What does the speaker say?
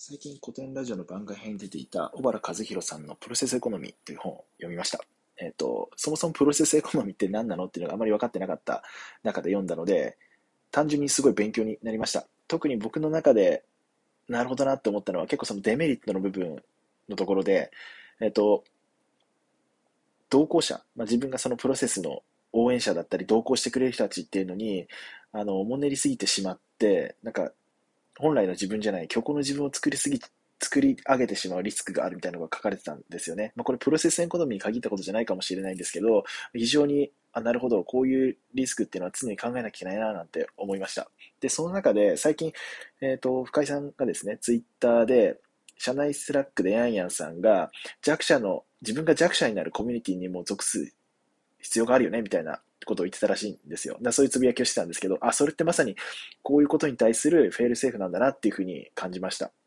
最近古典ラジオの番外編に出ていた小原和弘さんのプロセスエコノミーという本を読みました。そもそもプロセスエコノミーって何なのっていうのがあまり分かってなかった中で読んだので、単純にすごい勉強になりました。特に僕の中でなるほどなって思ったのは結構そのデメリットの部分のところで、えっと、同行者、自分がそのプロセスの応援者だったり同行してくれる人たちっていうのに、おもねりすぎてしまって、本来の自分じゃない虚構の自分を作り上げてしまうリスクがあるみたいなのが書かれてたんですよね。これプロセスエコノミーに限ったことじゃないかもしれないんですけど、非常に、なるほど、こういうリスクっていうのは常に考えなきゃいけないななんて思いました。で、その中で最近、深井さんがですね、ツイッターで、社内スラックでヤンヤンさんが自分が弱者になるコミュニティにも属す必要があるよねみたいなことを言ってたらしいんですよ。そういうつぶやきをしてたんですけど、それってまさにこういうことに対するフェールセーフなんだなっていうふうに感じました。